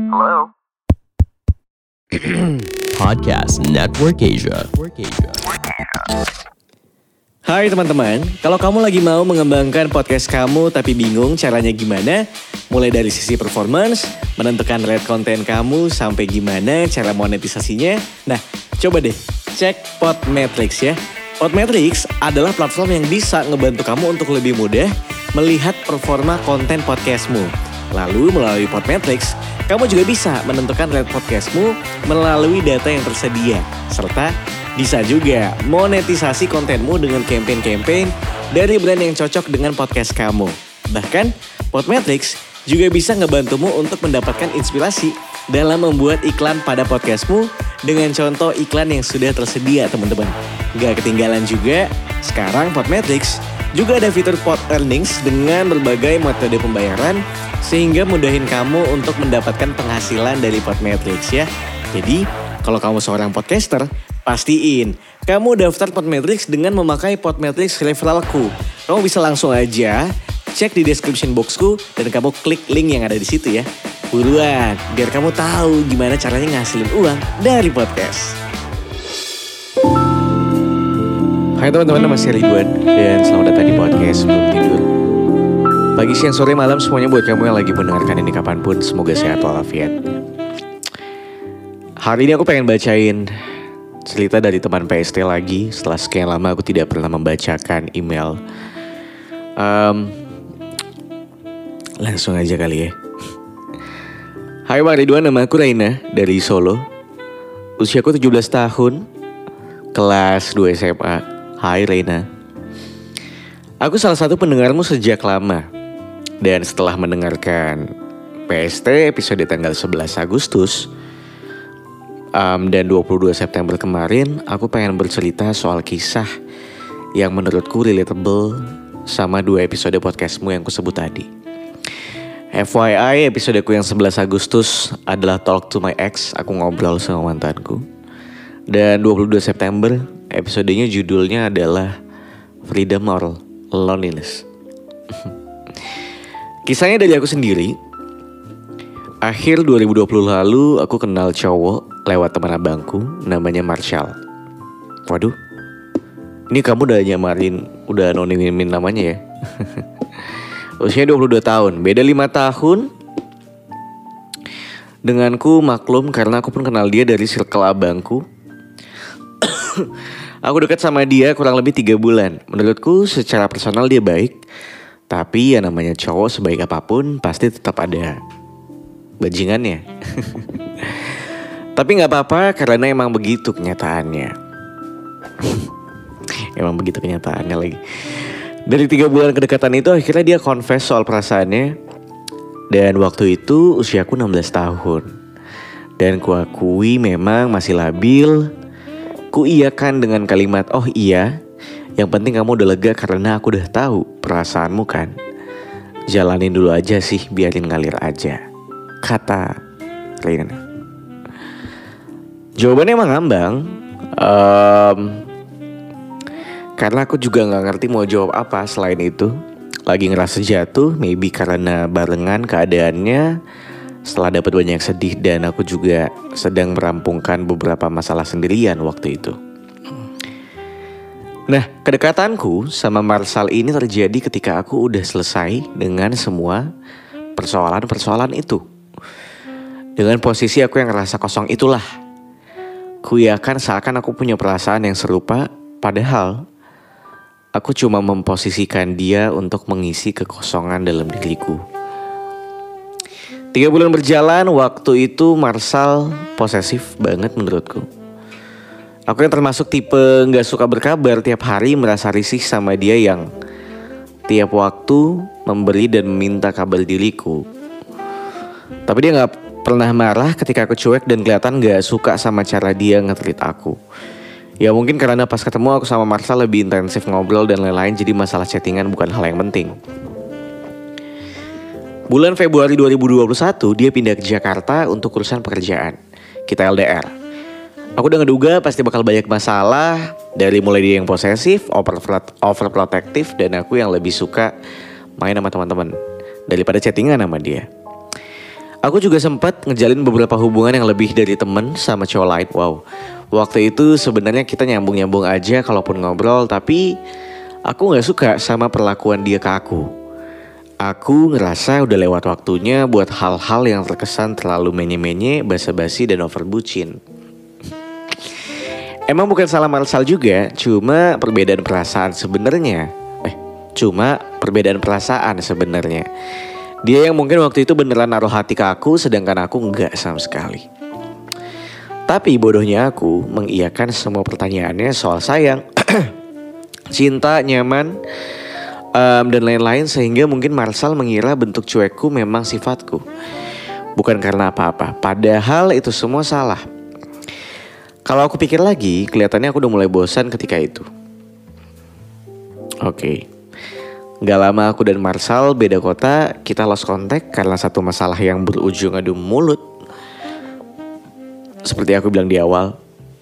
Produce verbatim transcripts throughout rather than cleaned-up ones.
Hello? Podcast Network Asia. Hai teman-teman, kalau kamu lagi mau mengembangkan podcast kamu tapi bingung caranya gimana, mulai dari sisi performance, menentukan rate konten kamu, sampai gimana cara monetisasinya, nah coba deh cek Podmetrics ya. Podmetrics adalah platform yang bisa ngebantu kamu untuk lebih mudah melihat performa konten podcastmu. Lalu melalui Podmetrics, kamu juga bisa menentukan rate podcastmu melalui data yang tersedia. Serta bisa juga monetisasi kontenmu dengan campaign-campaign dari brand yang cocok dengan podcast kamu. Bahkan, Podmetrics juga bisa ngebantumu untuk mendapatkan inspirasi dalam membuat iklan pada podcastmu dengan contoh iklan yang sudah tersedia, teman-teman. Gak ketinggalan juga, sekarang Podmetrics juga ada fitur Pod Earnings dengan berbagai metode pembayaran sehingga mudahin kamu untuk mendapatkan penghasilan dari Podmetrics ya. Jadi, kalau kamu seorang podcaster, pastiin kamu daftar Podmetrics dengan memakai Podmetrics referralku. Kamu bisa langsung aja cek di description boxku dan kamu klik link yang ada di situ ya. Buruan, biar kamu tahu gimana caranya ngasilin uang dari podcast. Hai teman-teman, nama saya Ridwan dan selamat datang di podcast Sebelum Tidur. Pagi, siang, sore, malam semuanya buat kamu yang lagi mendengarkan ini kapanpun, semoga sehat walafiat. Hari ini aku pengen bacain cerita dari teman P S T lagi. Setelah sekian lama aku tidak pernah membacakan email. um, Langsung aja kali ya. Hai Bang Ridwan, nama aku Raina dari Solo. Usiaku tujuh belas tahun, kelas dua S M A. Hai Raina. Aku salah satu pendengarmu sejak lama. Dan setelah mendengarkan P S T episode tanggal sebelas Agustus um, dan dua puluh dua September kemarin, aku pengen bercerita soal kisah yang menurutku relatable sama dua episode podcastmu yang kusebut tadi. F Y I, episodeku yang sebelas Agustus adalah Talk to My Ex, aku ngobrol sama mantanku. Dan dua puluh dua September, episodenya judulnya adalah Freedom or Loneliness. Kisahnya dari aku sendiri. Akhir dua ribu dua puluh lalu, aku kenal cowok lewat teman abangku, namanya Marshall. Waduh, ini kamu udah nyamarin, udah anonimin namanya ya. Usianya dua puluh dua tahun, beda lima tahun denganku, maklum karena aku pun kenal dia dari circle abangku. Aku dekat sama dia kurang lebih tiga bulan. Menurutku secara personal dia baik, tapi ya namanya cowok sebaik apapun pasti tetap ada bajingannya. Tapi gak apa-apa karena emang begitu kenyataannya. Emang begitu kenyataannya lagi. Dari tiga bulan kedekatan itu akhirnya dia confess soal perasaannya. Dan waktu itu usiaku enam belas tahun. Dan kuakui memang masih labil. Kuiyakan dengan kalimat, oh iya, yang penting kamu udah lega karena aku udah tahu perasaanmu kan. Jalanin dulu aja sih, biarin ngalir aja, kata Raina. Jawabannya emang ngambang, um, karena aku juga gak ngerti mau jawab apa selain itu. Lagi ngerasa jatuh, maybe karena barengan keadaannya. Setelah dapat banyak sedih dan aku juga sedang merampungkan beberapa masalah sendirian waktu itu. Nah, kedekatanku sama Marshall ini terjadi ketika aku udah selesai dengan semua persoalan-persoalan itu. Dengan posisi aku yang ngerasa kosong itulah. Kuyakan seakan aku punya perasaan yang serupa, padahal aku cuma memposisikan dia untuk mengisi kekosongan dalam diriku. Tiga bulan berjalan, waktu itu Marshall posesif banget menurutku. Aku yang termasuk tipe gak suka berkabar, tiap hari merasa risih sama dia yang tiap waktu memberi dan meminta kabar diriku. Tapi dia gak pernah marah ketika aku cuek dan kelihatan gak suka sama cara dia nge-treat aku. Ya mungkin karena pas ketemu aku sama Marshall lebih intensif ngobrol dan lain-lain, jadi masalah chattingan bukan hal yang penting. Bulan Februari dua ribu dua puluh satu dia pindah ke Jakarta untuk urusan pekerjaan. Kita L D R. Aku udah ngeduga pasti bakal banyak masalah. Dari mulai dia yang posesif, overprotective, dan aku yang lebih suka main sama teman-teman daripada chattingan sama dia. Aku juga sempat ngejalin beberapa hubungan yang lebih dari temen sama cowok lain. Wow, waktu itu sebenarnya kita nyambung-nyambung aja kalaupun ngobrol, tapi aku gak suka sama perlakuan dia ke aku. Aku ngerasa udah lewat waktunya buat hal-hal yang terkesan terlalu menye-menye, basa-basi, dan over bucin. Emang bukan salah Marsal juga, cuma perbedaan perasaan sebenarnya. Eh, cuma perbedaan perasaan sebenarnya. Dia yang mungkin waktu itu beneran naruh hati ke aku, sedangkan aku enggak sama sekali. Tapi bodohnya aku mengiyakan semua pertanyaannya soal sayang, cinta, nyaman, um, dan lain-lain, sehingga mungkin Marsal mengira bentuk cuekku memang sifatku. Bukan karena apa-apa, padahal itu semua salah. Kalau aku pikir lagi, kelihatannya aku udah mulai bosan ketika itu. Oke. Okay. Gak lama aku dan Marsal beda kota, kita lost contact karena satu masalah yang berujung adu mulut. Seperti aku bilang di awal,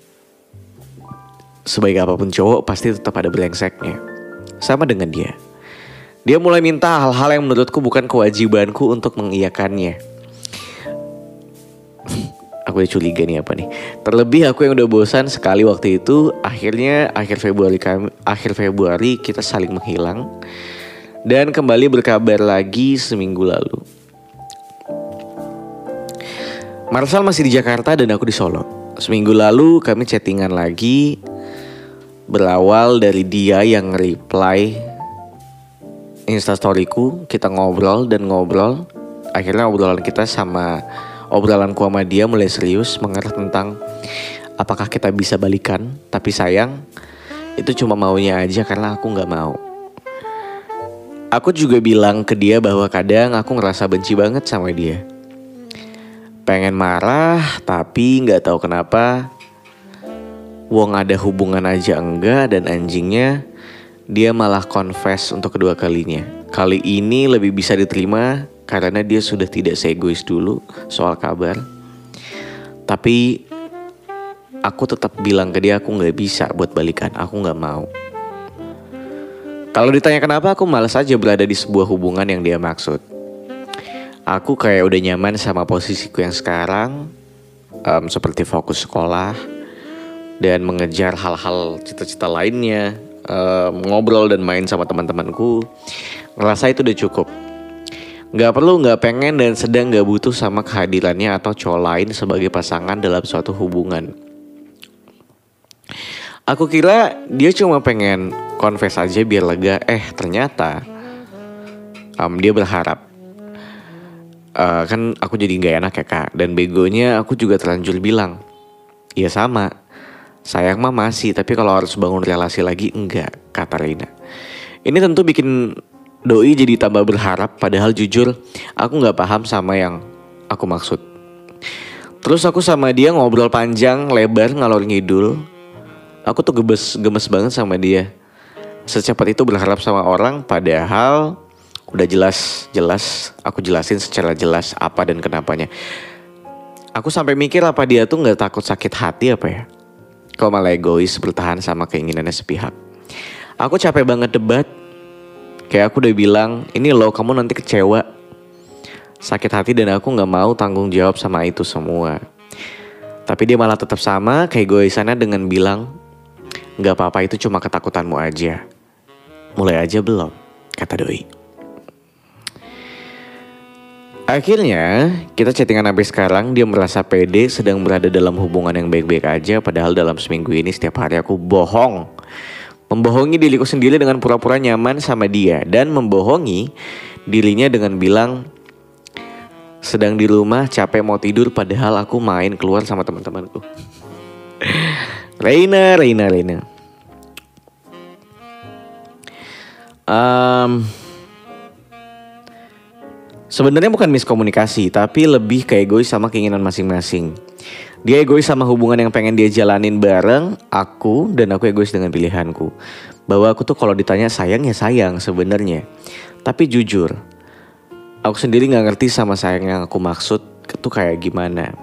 sebaik apapun cowok pasti tetap ada brengseknya. Sama dengan dia. Dia mulai minta hal-hal yang menurutku bukan kewajibanku untuk mengiyakannya. Aku udah curiga nih apa nih. Terlebih aku yang udah bosan sekali waktu itu. Akhirnya akhir Februari kami, akhir Februari kita saling menghilang. Dan kembali berkabar lagi seminggu lalu. Marsal masih di Jakarta dan aku di Solo. Seminggu lalu kami chattingan lagi. Berawal dari dia yang reply instastoryku. Kita ngobrol dan ngobrol. Akhirnya obrolan kita sama obrolanku sama dia mulai serius, mengarah tentang apakah kita bisa balikan. Tapi sayang, itu cuma maunya aja karena aku gak mau. Aku juga bilang ke dia bahwa kadang aku ngerasa benci banget sama dia. Pengen marah tapi gak tahu kenapa. Wong ada hubungan aja enggak, dan anjingnya dia malah confess untuk kedua kalinya. Kali ini lebih bisa diterima karena dia sudah tidak seegois dulu soal kabar. Tapi aku tetap bilang ke dia aku gak bisa buat balikan, aku gak mau. Kalau ditanya kenapa, aku malas aja berada di sebuah hubungan yang dia maksud. Aku kayak udah nyaman sama posisiku yang sekarang, um, seperti fokus sekolah dan mengejar hal-hal cita-cita lainnya, um, ngobrol dan main sama teman-temanku. Ngerasa itu udah cukup. Gak perlu, gak pengen, dan sedang gak butuh sama kehadirannya atau cowok lain sebagai pasangan dalam suatu hubungan. Aku kira dia cuma pengen confess aja biar lega. Eh ternyata um, dia berharap. uh, Kan aku jadi gak enak ya kak. Dan begonya aku juga terlanjur bilang, ya sama, sayang mah masih, tapi kalau harus bangun relasi lagi enggak, kata Reina. Ini tentu bikin doi jadi tambah berharap. Padahal jujur aku gak paham sama yang aku maksud. Terus aku sama dia ngobrol panjang lebar ngalor ngidul. Aku tuh gemes, gemes banget sama dia. Secepat itu berharap sama orang, padahal udah jelas-jelas aku jelasin secara jelas apa dan kenapanya. Aku sampai mikir apa dia tuh gak takut sakit hati apa ya. Kok malah egois bertahan sama keinginannya sepihak. Aku capek banget debat. Kayak aku udah bilang, ini loh kamu nanti kecewa, sakit hati, dan aku gak mau tanggung jawab sama itu semua. Tapi dia malah tetap sama keegoisannya dengan bilang, gak apa-apa, itu cuma ketakutanmu aja. Mulai aja belum, kata doi. Akhirnya kita chattingan sampai sekarang. Dia merasa pede sedang berada dalam hubungan yang baik-baik aja. Padahal dalam seminggu ini setiap hari aku bohong. Membohongi diriku sendiri dengan pura-pura nyaman sama dia. Dan membohongi dirinya dengan bilang sedang di rumah capek mau tidur, padahal aku main keluar sama teman-temanku. Reina, Reina, Reina. Um, Sebenarnya bukan miskomunikasi, tapi lebih ke egois sama keinginan masing-masing. Dia egois sama hubungan yang pengen dia jalanin bareng aku, dan aku egois dengan pilihanku. Bahwa aku tuh kalau ditanya sayang ya sayang sebenarnya. Tapi jujur, aku sendiri gak ngerti sama sayang yang aku maksud itu kayak gimana.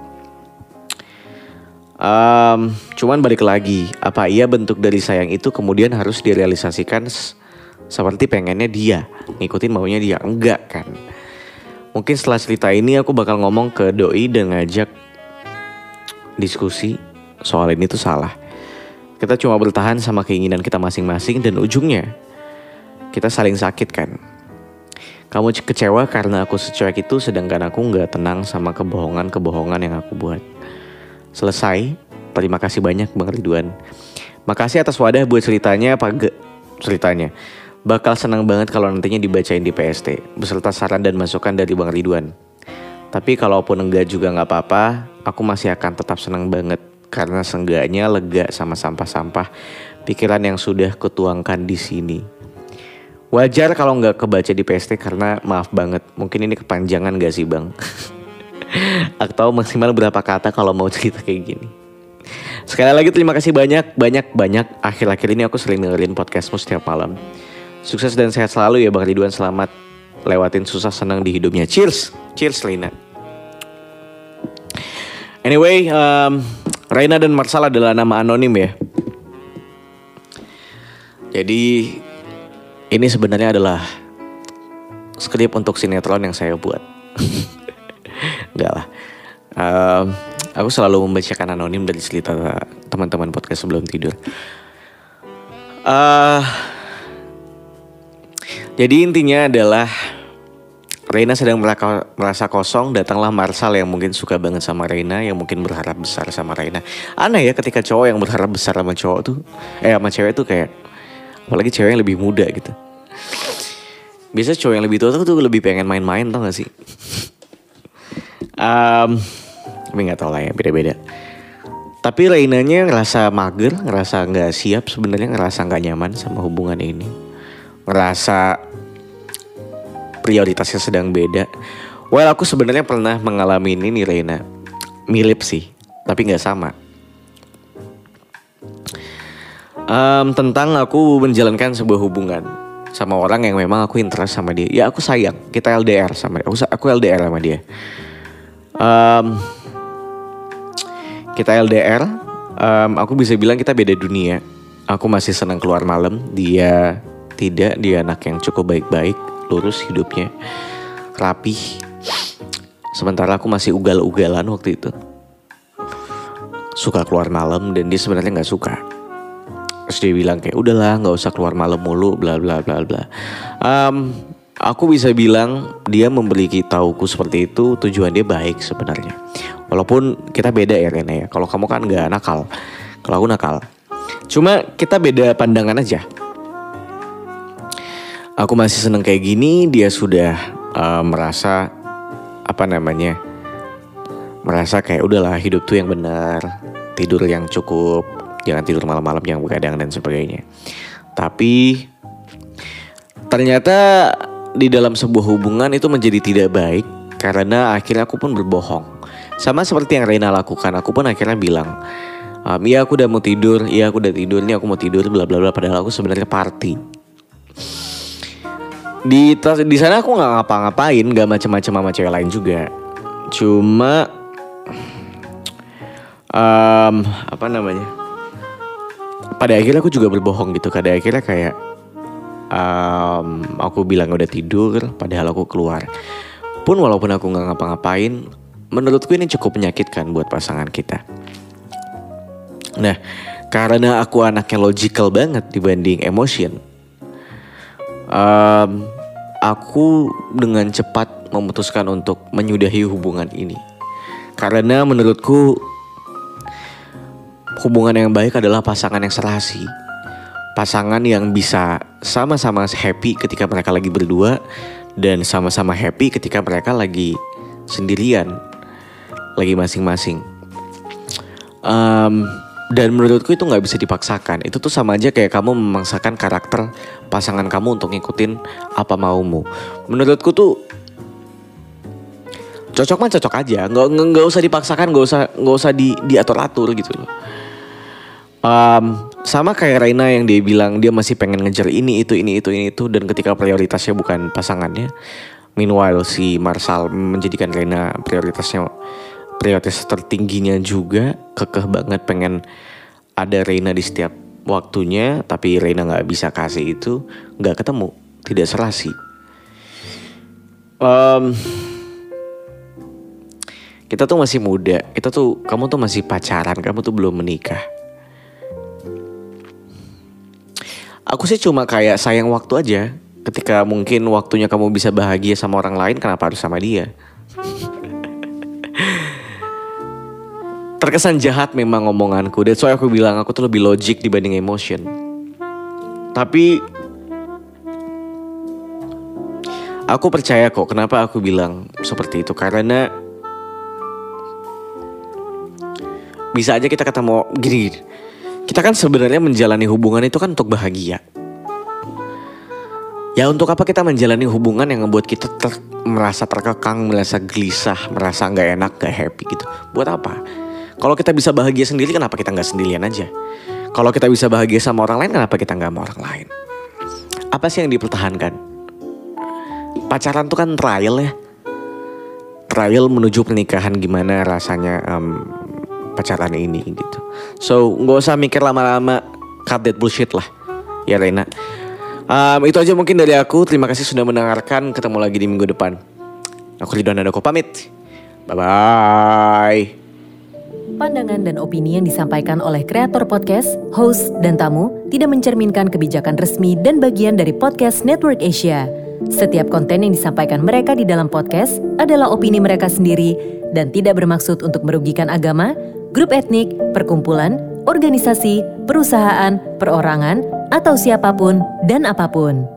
Um, cuman balik lagi, apa iya bentuk dari sayang itu kemudian harus direalisasikan s- seperti pengennya dia, ngikutin maunya dia? Enggak kan. Mungkin setelah cerita ini aku bakal ngomong ke doi dan ngajak diskusi soal ini tuh salah. Kita cuma bertahan sama keinginan kita masing-masing dan ujungnya kita saling sakit kan. Kamu kecewa karena aku secuek itu, sedangkan aku gak tenang sama kebohongan-kebohongan yang aku buat. Selesai. Terima kasih banyak Bang Ridwan. Makasih atas wadah buat ceritanya. Pag- ceritanya bakal senang banget kalau nantinya dibacain di P S T beserta saran dan masukan dari Bang Ridwan. Tapi kalaupun enggak juga gak apa-apa, aku masih akan tetap senang banget karena seenggaknya lega sama sampah-sampah pikiran yang sudah kutuangkan di sini. Wajar kalau nggak kebaca di P S T karena maaf banget, mungkin ini kepanjangan gak sih Bang? Atau maksimal berapa kata kalau mau cerita kayak gini. Sekali lagi terima kasih banyak, banyak, banyak. Akhir-akhir ini aku sering dengerin podcastmu setiap malam. Sukses dan sehat selalu ya Bang Ridwan. Selamat lewatin susah senang di hidupnya. Cheers, cheers Lina. Anyway, um, Raina dan Marsal adalah nama anonim ya. Jadi ini sebenarnya adalah skrip untuk sinetron yang saya buat. Enggak lah. Um, aku selalu membacakan anonim dari cerita teman-teman podcast sebelum tidur. Uh, jadi intinya adalah Reina sedang merasa kosong, datanglah Marsal yang mungkin suka banget sama Reina, yang mungkin berharap besar sama Reina. Aneh ya ketika cowok yang berharap besar sama cowok tuh, eh sama cewek tuh kayak, apalagi cewek yang lebih muda gitu. Biasanya cowok yang lebih tua tuh lebih pengen main-main, tau gak sih? Um, tapi gak tau lah ya, beda-beda. Tapi Reinanya ngerasa mager, ngerasa gak siap sebenarnya, ngerasa gak nyaman sama hubungan ini. Ngerasa prioritasnya sedang beda. Well, aku sebenarnya pernah mengalami ini nih Reina. Mirip sih, tapi gak sama. Um, tentang aku menjalankan sebuah hubungan sama orang yang memang aku interest sama dia. Ya aku sayang, kita L D R sama dia. Aku, aku L D R sama dia. Um, kita L D R, um, aku bisa bilang kita beda dunia. Aku masih senang keluar malam, dia tidak. Dia anak yang cukup baik-baik, lurus hidupnya, rapih. Sementara aku masih ugal-ugalan waktu itu, suka keluar malam dan dia sebenarnya nggak suka. Terus dia bilang kayak udahlah nggak usah keluar malam mulu bla bla bla bla. Um, aku bisa bilang dia memberi tauku seperti itu tujuan dia baik sebenarnya. Walaupun kita beda ya Rena ya. Kalau kamu kan nggak nakal, kalau aku nakal. Cuma kita beda pandangan aja. Aku masih seneng kayak gini, dia sudah uh, merasa apa namanya, merasa kayak udahlah hidup tuh yang benar, tidur yang cukup, jangan tidur malam-malam yang begadang dan sebagainya. Tapi ternyata di dalam sebuah hubungan itu menjadi tidak baik karena akhirnya aku pun berbohong. Sama seperti yang Reina lakukan, aku pun akhirnya bilang, um, iya aku udah mau tidur, iya aku udah tidur, ini aku mau tidur, bla bla bla. Padahal aku sebenarnya party. Di di sana aku nggak ngapa-ngapain, nggak macam-macam sama cewek lain juga. Cuma um, apa namanya? Pada akhirnya aku juga berbohong gitu. Pada akhirnya kayak um, aku bilang udah tidur, padahal aku keluar. Pun walaupun aku nggak ngapa-ngapain, menurutku ini cukup menyakitkan buat pasangan kita. Nah, karena aku anaknya logical banget dibanding emotion, um, aku dengan cepat memutuskan untuk menyudahi hubungan ini. Karena menurutku hubungan yang baik adalah pasangan yang serasi. Pasangan yang bisa sama-sama happy ketika mereka lagi berdua dan sama-sama happy ketika mereka lagi sendirian, lagi masing-masing. Um, dan menurutku itu gak bisa dipaksakan. Itu tuh sama aja kayak kamu memaksakan karakter pasangan kamu untuk ngikutin apa maumu. Menurutku tuh cocok mah cocok aja, nggak nggak usah dipaksakan, nggak usah nggak usah di diatur-atur gitu loh. Um, sama kayak Reina yang dia bilang dia masih pengen ngejar ini itu ini itu ini itu dan ketika prioritasnya bukan pasangannya. Meanwhile si Marsal menjadikan Reina prioritasnya prioritas tertingginya juga, kekeh banget pengen ada Reina di setiap waktunya, tapi Reina nggak bisa kasih itu, nggak ketemu, tidak serasi. Um, Kita tuh masih muda, kita tuh, kamu tuh masih pacaran, kamu tuh belum menikah. Aku sih cuma kayak sayang waktu aja. Ketika mungkin waktunya kamu bisa bahagia sama orang lain, kenapa harus sama dia? Terkesan jahat memang omonganku. That's why aku bilang aku tuh lebih logik dibanding emotion. Tapi aku percaya kok kenapa aku bilang seperti itu. Karena bisa aja kita ketemu gini, kita kan sebenarnya menjalani hubungan itu kan untuk bahagia. Ya untuk apa kita menjalani hubungan yang membuat kita ter, merasa terkekang, merasa gelisah, merasa gak enak, gak happy gitu. Buat apa? Kalau kita bisa bahagia sendiri, kenapa kita gak sendirian aja? Kalau kita bisa bahagia sama orang lain, kenapa kita gak sama orang lain? Apa sih yang dipertahankan? Pacaran tuh kan trial ya. Trial menuju pernikahan, gimana rasanya um, pacaran ini gitu. So gak usah mikir lama-lama, cut that bullshit lah. Ya Rena. um, Itu aja mungkin dari aku. Terima kasih sudah mendengarkan. Ketemu lagi di minggu depan. Aku Ridwan Handoko pamit. Bye-bye. Pandangan dan opini yang disampaikan oleh kreator podcast, host, dan tamu tidak mencerminkan kebijakan resmi dan bagian dari podcast Network Asia. Setiap konten yang disampaikan mereka di dalam podcast adalah opini mereka sendiri dan tidak bermaksud untuk merugikan agama, grup etnik, perkumpulan, organisasi, perusahaan, perorangan, atau siapapun dan apapun.